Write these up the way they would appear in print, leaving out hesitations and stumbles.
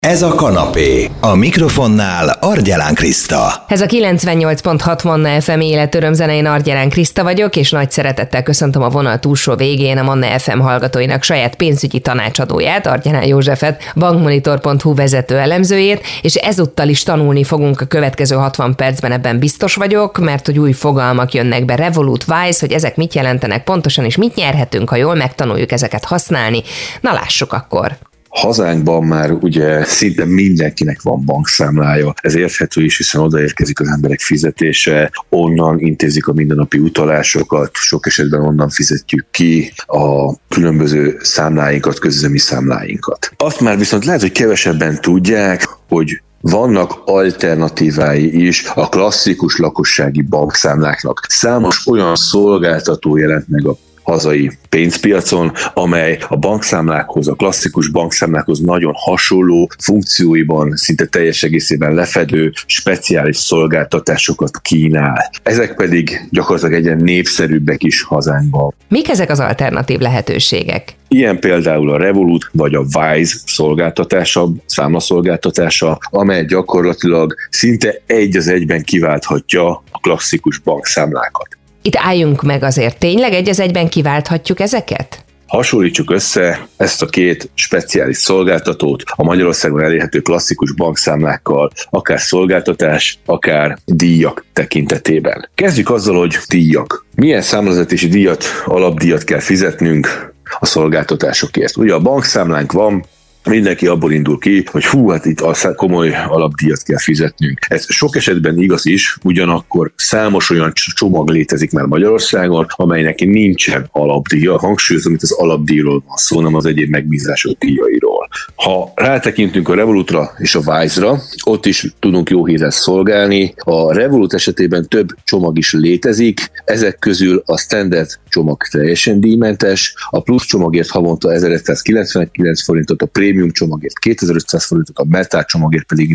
Ez a kanapé. A mikrofonnál Argyelán Kriszta. Ez a 98.6 Manna FM életörömzene, én Argyelán Kriszta vagyok, és nagy szeretettel köszöntöm a vonal túlsó végén a Manna FM hallgatóinak saját pénzügyi tanácsadóját, Argyelán Józsefet, bankmonitor.hu vezető elemzőjét, és ezúttal is tanulni fogunk a következő 60 percben, ebben biztos vagyok, mert hogy új fogalmak jönnek be, Revolut, Wise, hogy ezek mit jelentenek pontosan, és mit nyerhetünk, ha jól megtanuljuk ezeket használni. Na lássuk akkor! Hazánkban már ugye szinte mindenkinek van bankszámlája, ez érthető is, hiszen odaérkezik az emberek fizetése, onnan intézik a mindennapi utalásokat, sok esetben onnan fizetjük ki a különböző számláinkat, közüzemi számláinkat. Azt már viszont lehet, hogy kevesebben tudják, hogy vannak alternatívái is a klasszikus lakossági bankszámláknak. Számos olyan szolgáltató jelent meg a hazai pénzpiacon, amely a bankszámlákhoz, a klasszikus bankszámlákhoz nagyon hasonló, funkcióiban szinte teljes egészében lefedő, speciális szolgáltatásokat kínál. Ezek pedig gyakorlatilag egyen népszerűbbek is hazánkban. Mik ezek az alternatív lehetőségek? Ilyen például a Revolut vagy a Wise szolgáltatása, számlaszolgáltatása, amely gyakorlatilag szinte egy az egyben kiválthatja a klasszikus bankszámlákat. Itt álljunk meg azért, tényleg egy az egyben kiválthatjuk ezeket? Hasonlítsuk össze ezt a két speciális szolgáltatót a Magyarországon elérhető klasszikus bankszámlákkal, akár szolgáltatás, akár díjak tekintetében. Kezdjük azzal, hogy díjak. Milyen számlazatési díjat, alapdíjat kell fizetnünk a szolgáltatásokért? Ugye a bankszámlánk van, mindenki abból indul ki, hogy hát itt komoly alapdíjat kell fizetnünk. Ez sok esetben igaz is, ugyanakkor számos olyan csomag létezik már Magyarországon, amelynek nincsen alapdíja. Hangsúlyozom, hogy az alapdíjról van szó, nem az egyéb megbízások díjairól. Ha rátekintünk a Revolutra és a Wise-ra, ott is tudunk jó hírrel szolgálni. A Revolut esetében több csomag is létezik, ezek közül a standard csomag teljesen díjmentes, a plusz csomagért havonta 1199 forintot, a prémium csomagért 2500 forintot, a Meta csomagért pedig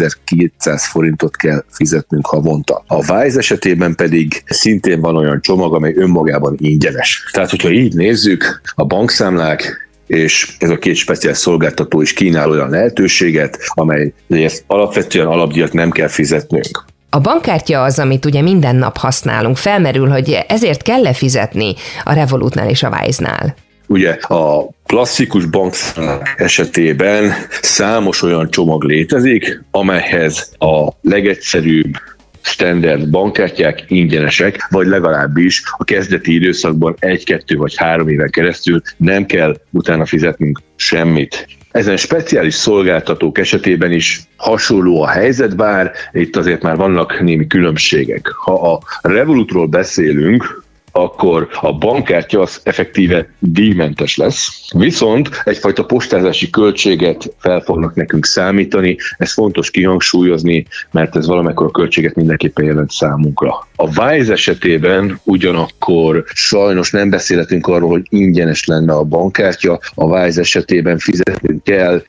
4200 forintot kell fizetnünk havonta. A Wise esetében pedig szintén van olyan csomag, amely önmagában ingyenes. Tehát, hogyha így nézzük, a bankszámlák és ez a két speciális szolgáltató is kínál olyan lehetőséget, amelyért alapvetően alapdíjat nem kell fizetnünk. A bankkártya az, amit ugye minden nap használunk. Felmerül, hogy ezért kell-e fizetni a Revolutnál és a Wise-nál? Ugye a klasszikus bankszámlák esetében számos olyan csomag létezik, amelyhez a legegyszerűbb standard bankkártyák ingyenesek, vagy legalábbis a kezdeti időszakban 1, 2 vagy 3 éven keresztül nem kell utána fizetnünk semmit. Ezen speciális szolgáltatók esetében is hasonló a helyzet, bár itt azért már vannak némi különbségek. Ha a Revolutról beszélünk, akkor a bankkártya az effektíve díjmentes lesz, viszont egyfajta postázási költséget fel fognak nekünk számítani, ez fontos kihangsúlyozni, mert ez valamekkora költséget mindenképpen jelent számunkra. A Wise esetében ugyanakkor sajnos nem beszélhetünk arról, hogy ingyenes lenne a bankkártya, a Wise esetében fizetnünk kell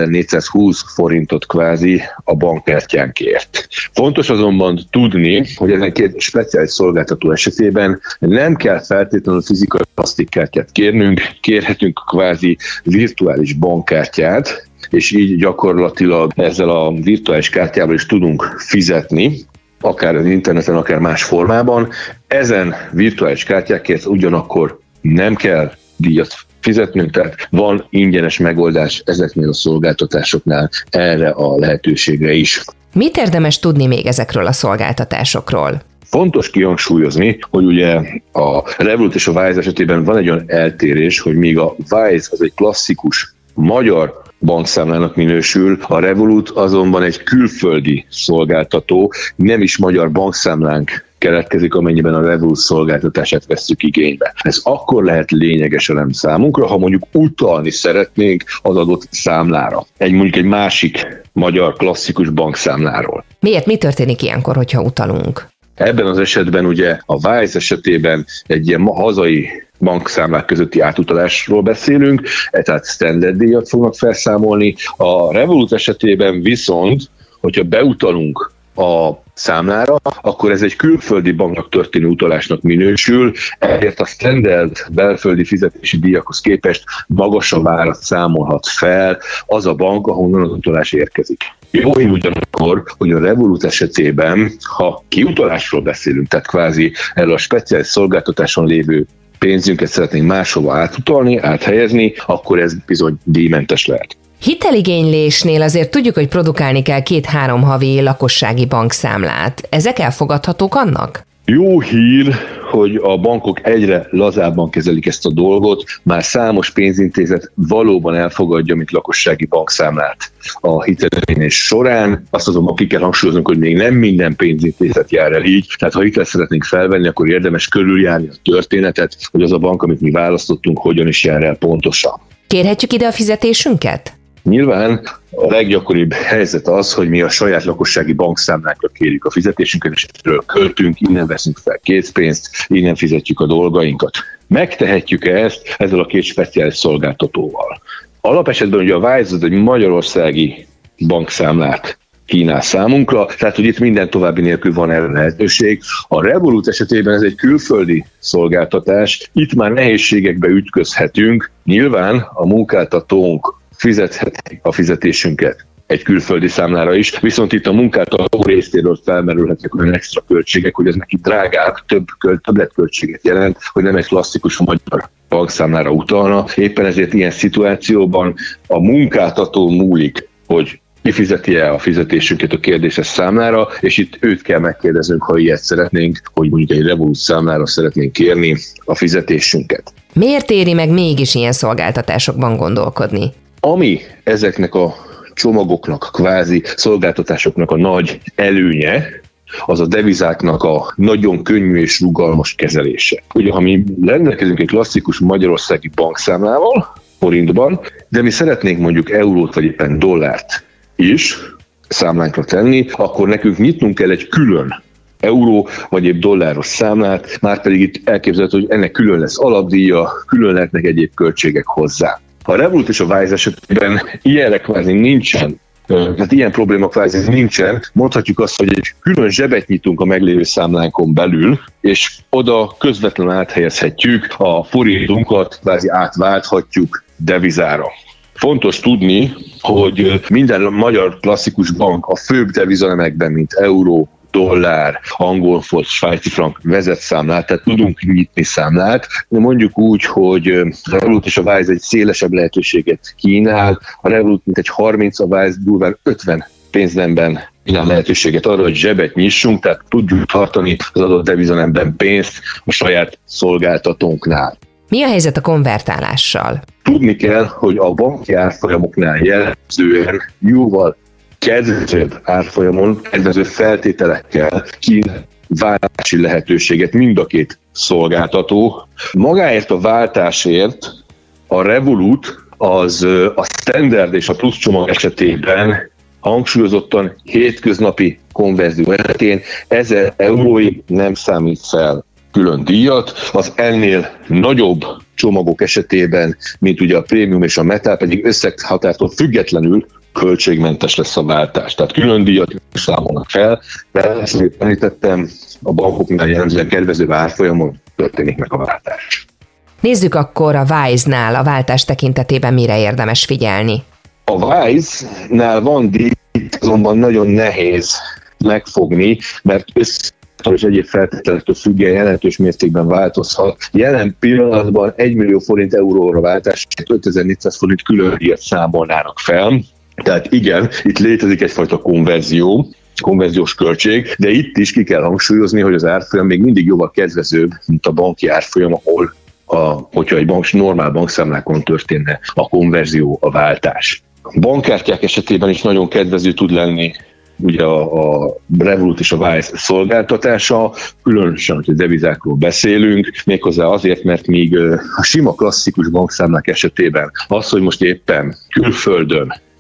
2420 forintot kvázi a bankkártyánkért. Fontos azonban tudni, hogy ezen két speciális szolgáltató esetében nem kell feltétlenül fizikai plastikkártyát kérnünk, kérhetünk kvázi virtuális bankkártyát, és így gyakorlatilag ezzel a virtuális kártyával is tudunk fizetni, akár az interneten, akár más formában. Ezen virtuális kártyákért ugyanakkor nem kell díjat fizetnünk, tehát van ingyenes megoldás ezeknél a szolgáltatásoknál erre a lehetőségre is. Mit érdemes tudni még ezekről a szolgáltatásokról? Fontos kihangsúlyozni, hogy ugye a Revolut és a Wise esetében van egy olyan eltérés, hogy míg a Wise az egy klasszikus magyar bankszámlának minősül, a Revolut azonban egy külföldi szolgáltató, nem is magyar bankszámlánk keletkezik, amennyiben a Revolut szolgáltatását vesszük igénybe. Ez akkor lehet lényeges elem számunkra, ha mondjuk utalni szeretnénk az adott számlára. Mondjuk egy másik magyar klasszikus bankszámláról. Miért? Mi történik ilyenkor, hogyha utalunk? Ebben az esetben ugye a Wise esetében egy ilyen hazai bankszámlák közötti átutalásról beszélünk, tehát standard díjat fognak felszámolni. A Revolut esetében viszont, hogyha beutalunk a számlára, akkor ez egy külföldi banknak történő utalásnak minősül, ezért a standard belföldi fizetési díjakhoz képest magasabb árat számolhat fel az a bank, ahonnan az utalás érkezik. Jó hír ugyanakkor, hogy a Revolut esetében, ha kiutalásról beszélünk, tehát kvázi erről a speciális szolgáltatáson lévő pénzünket szeretnénk máshova átutalni, áthelyezni, akkor ez bizony díjmentes lehet. Hiteligénylésnél azért tudjuk, hogy produkálni kell 2-3 havi lakossági bankszámlát. Ezek elfogadhatók annak? Jó hír, hogy a bankok egyre lazábban kezelik ezt a dolgot, már számos pénzintézet valóban elfogadja, mint lakossági bankszámlát a hiteligénylés során. Azt azonban ki kell hangsúlyoznunk, hogy még nem minden pénzintézet jár el így, tehát ha hitelt szeretnénk felvenni, akkor érdemes körüljárni a történetet, hogy az a bank, amit mi választottunk, hogyan is jár el pontosan. Kérhetjük ide a fizetésünket? Nyilván a leggyakoribb helyzet az, hogy mi a saját lakossági bankszámlákra kérjük a fizetésünket, és erről költünk, innen veszünk fel készpénzt, innen fizetjük a dolgainkat. Megtehetjük ezt ezzel a két speciális szolgáltatóval. Alapesetben ugye a Wise egy magyarországi bankszámlát kínál számunkra, tehát hogy itt minden további nélkül van erre lehetőség. A Revolut esetében ez egy külföldi szolgáltatás, itt már nehézségekbe ütközhetünk, nyilván a munkáltatónk fizetheti a fizetésünket egy külföldi számlára is, viszont itt a munkáltató részéről felmerülhetnek olyan extra költségek, hogy ez neki drágább, többletköltséget jelent, hogy nem egy klasszikus magyar bankszámlára utalna. Éppen ezért ilyen szituációban a munkáltató múlik, hogy kifizeti-e a fizetésünket a kérdéses számlára, és itt őt kell megkérdeznünk, ha ilyet szeretnénk, hogy mondjuk egy Revolut számlára szeretnénk kérni a fizetésünket. Miért éri meg mégis ilyen szolgáltatásokban gondolkodni? Ami ezeknek a csomagoknak, kvázi szolgáltatásoknak a nagy előnye, az a devizáknak a nagyon könnyű és rugalmas kezelése. Ugye, ha mi rendelkezünk egy klasszikus magyarországi bankszámlával, forintban, de mi szeretnénk mondjuk eurót vagy éppen dollárt is számlánkra tenni, akkor nekünk nyitnunk kell egy külön euró vagy épp dolláros számlát, márpedig itt elképzelhető, hogy ennek külön lesz alapdíja, külön lehetnek egyéb költségek hozzá. A Revolut és a Wise esetében ilyenre kvázi nincsen, tehát ilyen probléma kvázi nincsen, mondhatjuk azt, hogy egy külön zsebet nyitunk a meglévő számlánkon belül, és oda közvetlenül áthelyezhetjük a forintunkat, kvázi átválthatjuk devizára. Fontos tudni, hogy minden magyar klasszikus bank a főbb devizanemekben, mint euró, dollár, angol folt, svájci frank vezet számlát, tehát tudunk nyitni számlát, de mondjuk úgy, hogy a Revolut és a Wise egy szélesebb lehetőséget kínál, a Revolut mint egy 30, a Wise durván 50 pénznemben kínál lehetőséget arra, hogy zsebet nyissunk, tehát tudjuk tartani az adott devizanemben pénzt a saját szolgáltatónknál. Mi a helyzet a konvertálással? Tudni kell, hogy a banki árfolyamoknál jellemzően jóval kedvezőbb árfolyamon, kedvező feltételekkel kínál váltási lehetőséget mind a két szolgáltató. Magáért a váltásért a Revolut az a standard és a plusz csomag esetében hangsúlyozottan hétköznapi konverzió esetén 1000 euróig nem számít fel külön díjat, az ennél nagyobb csomagok esetében, mint ugye a prémium és a metal, pedig összeghatártól függetlenül költségmentes lesz a váltás. Tehát külön díjat számolnak fel, de ezt említettem, a bankoknál jellemzően kedvező árfolyamon történik meg a váltás. Nézzük akkor a Wise-nál a váltás tekintetében mire érdemes figyelni. A Wise-nál van díj, azonban nagyon nehéz megfogni, mert és egyéb feltételektől függően jelentős mértékben változhat. Jelen pillanatban 1 millió forint euróra váltás, 5400 forint külön díjat számolnának fel. Tehát igen, itt létezik egyfajta konverziós költség, de itt is ki kell hangsúlyozni, hogy az árfolyam még mindig jóval kedvezőbb, mint a banki árfolyam, ahol hogyha egy normál bankszámlákon történne a konverzió, a váltás. A bankkártyák esetében is nagyon kedvező tud lenni ugye a Revolut és a Wise szolgáltatása, különösen, hogy a devizákról beszélünk, méghozzá azért, mert míg a sima klasszikus bankszámlák esetében az, hogy most éppen külföldön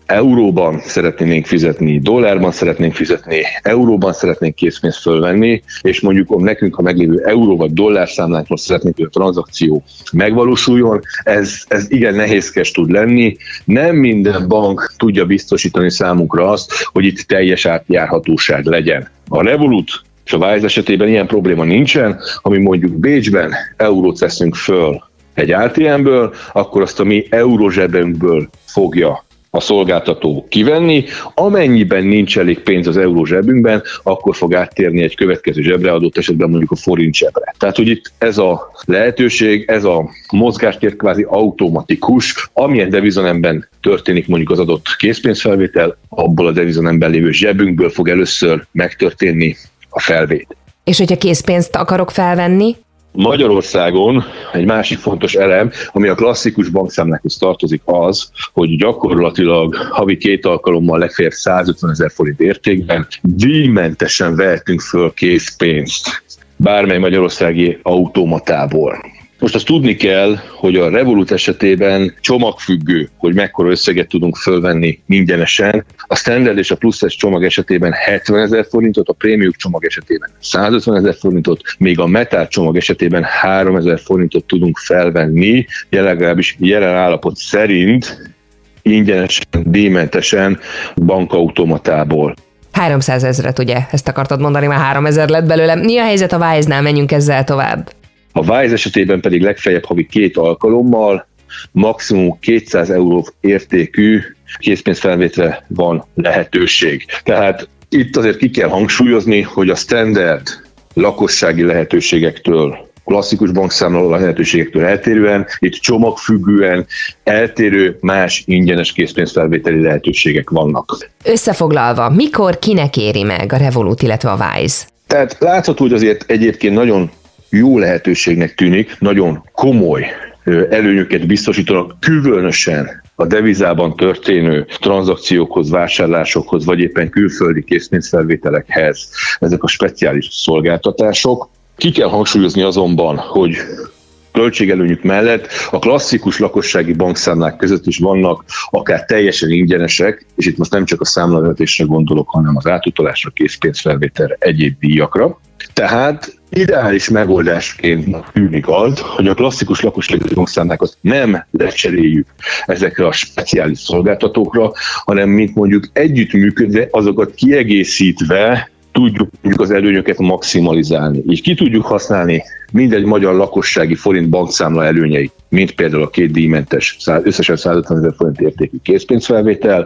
euróban szeretnénk fizetni, dollárban szeretnénk fizetni, euróban szeretnénk készpénzt fölvenni, és mondjuk nekünk, ha meglévő euró vagy dollár számlánkról szeretnénk, hogy a tranzakció megvalósuljon, ez igen nehézkes tud lenni. Nem minden bank tudja biztosítani számunkra azt, hogy itt teljes átjárhatóság legyen. A Revolut és a Wise esetében ilyen probléma nincsen, ami mondjuk Bécsben eurót veszünk föl egy ATM-ből, akkor azt a mi eurózsebünkből fogja a szolgáltató kivenni, amennyiben nincs elég pénz az euró zsebünkben, akkor fog áttérni egy következő zsebre, adott esetben mondjuk a forint zsebre. Tehát, hogy itt ez a lehetőség, ez a mozgástér kvázi automatikus, amilyen devizanemben történik mondjuk az adott készpénzfelvétel, abból a devizanemben lévő zsebünkből fog először megtörténni a felvét. És hogyha készpénzt akarok felvenni? Magyarországon egy másik fontos elem, ami a klasszikus bankszámlákhoz tartozik az, hogy gyakorlatilag havi 2 alkalommal legfeljebb 150 000 forint értékben díjmentesen vehetünk föl készpénzt bármely magyarországi automatából. Most azt tudni kell, hogy a Revolut esetében csomagfüggő, hogy mekkora összeget tudunk fölvenni ingyenesen. A Standard és a Plus-es csomag esetében 70 000 forintot, a Prémium csomag esetében 150 000 forintot, még a Metal csomag esetében 3 000 forintot tudunk felvenni, legalábbis jelen állapot szerint ingyenesen, díjmentesen bankautomatából. 300 000-et, ugye? Ezt akartad mondani, már 3000 lett belőle. Mi a helyzet a Wise-nál? Menjünk ezzel tovább. A Wise esetében pedig legfeljebb havi 2 alkalommal, maximum 200 euró értékű készpénzfelvételre van lehetőség. Tehát itt azért ki kell hangsúlyozni, hogy a standard lakossági lehetőségektől, klasszikus bankszámláló lehetőségektől eltérően, itt csomagfüggően eltérő más ingyenes készpénzfelvételi lehetőségek vannak. Összefoglalva, mikor kinek éri meg a Revolut, illetve a Wise? Tehát látható, hogy azért egyébként nagyon jó lehetőségnek tűnik, nagyon komoly előnyöket biztosítanak, különösen a devizában történő tranzakciókhoz, vásárlásokhoz, vagy éppen külföldi készpénzfelvételekhez ezek a speciális szolgáltatások. Ki kell hangsúlyozni azonban, hogy költségelőnyük mellett a klasszikus lakossági bankszámlák között is vannak akár teljesen ingyenesek, és itt most nem csak a számlavezetésre gondolok, hanem az átutalásra, készpénzfelvételre, egyéb díjakra. Tehát ideális megoldásként tűnik az, hogy a klasszikus lakossági bankszámlákat nem lecseréljük ezekre a speciális szolgáltatókra, hanem mint mondjuk együttműködve, azokat kiegészítve tudjuk az előnyöket maximalizálni. Így ki tudjuk használni mindegy magyar lakossági forint bankszámla előnyeit, mint például a 2 díjmentes, összesen 150 000 forint értékű készpénzfelvétel,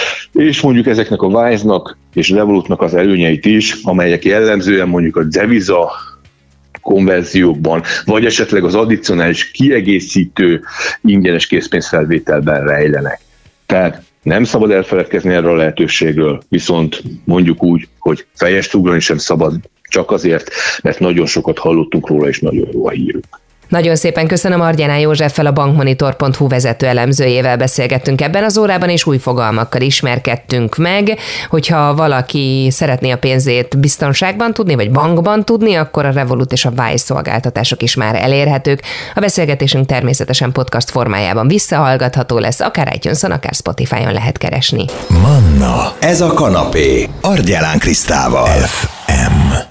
és mondjuk ezeknek a Wise-nak és Revolutnak az előnyeit is, amelyek jellemzően mondjuk a deviza konverziókban, vagy esetleg az addicionális kiegészítő ingyenes készpénzfelvételben rejlenek. Tehát nem szabad elfeledkezni erről a lehetőségről, viszont mondjuk úgy, hogy fejest ugrani sem szabad, csak azért, mert nagyon sokat hallottunk róla, és nagyon jó a hírük. Nagyon szépen köszönöm, Argyánál Józseffel, a bankmonitor.hu vezető elemzőjével beszélgettünk ebben az órában, és új fogalmakkal ismerkedtünk meg. Hogyha valaki szeretné a pénzét biztonságban tudni, vagy bankban tudni, akkor a Revolut és a Wise szolgáltatások is már elérhetők. A beszélgetésünk természetesen podcast formájában visszahallgatható lesz, akár iTunes-on, akár Spotify-on lehet keresni. Manna, ez a kanapé, Argyán Krisztával. FM.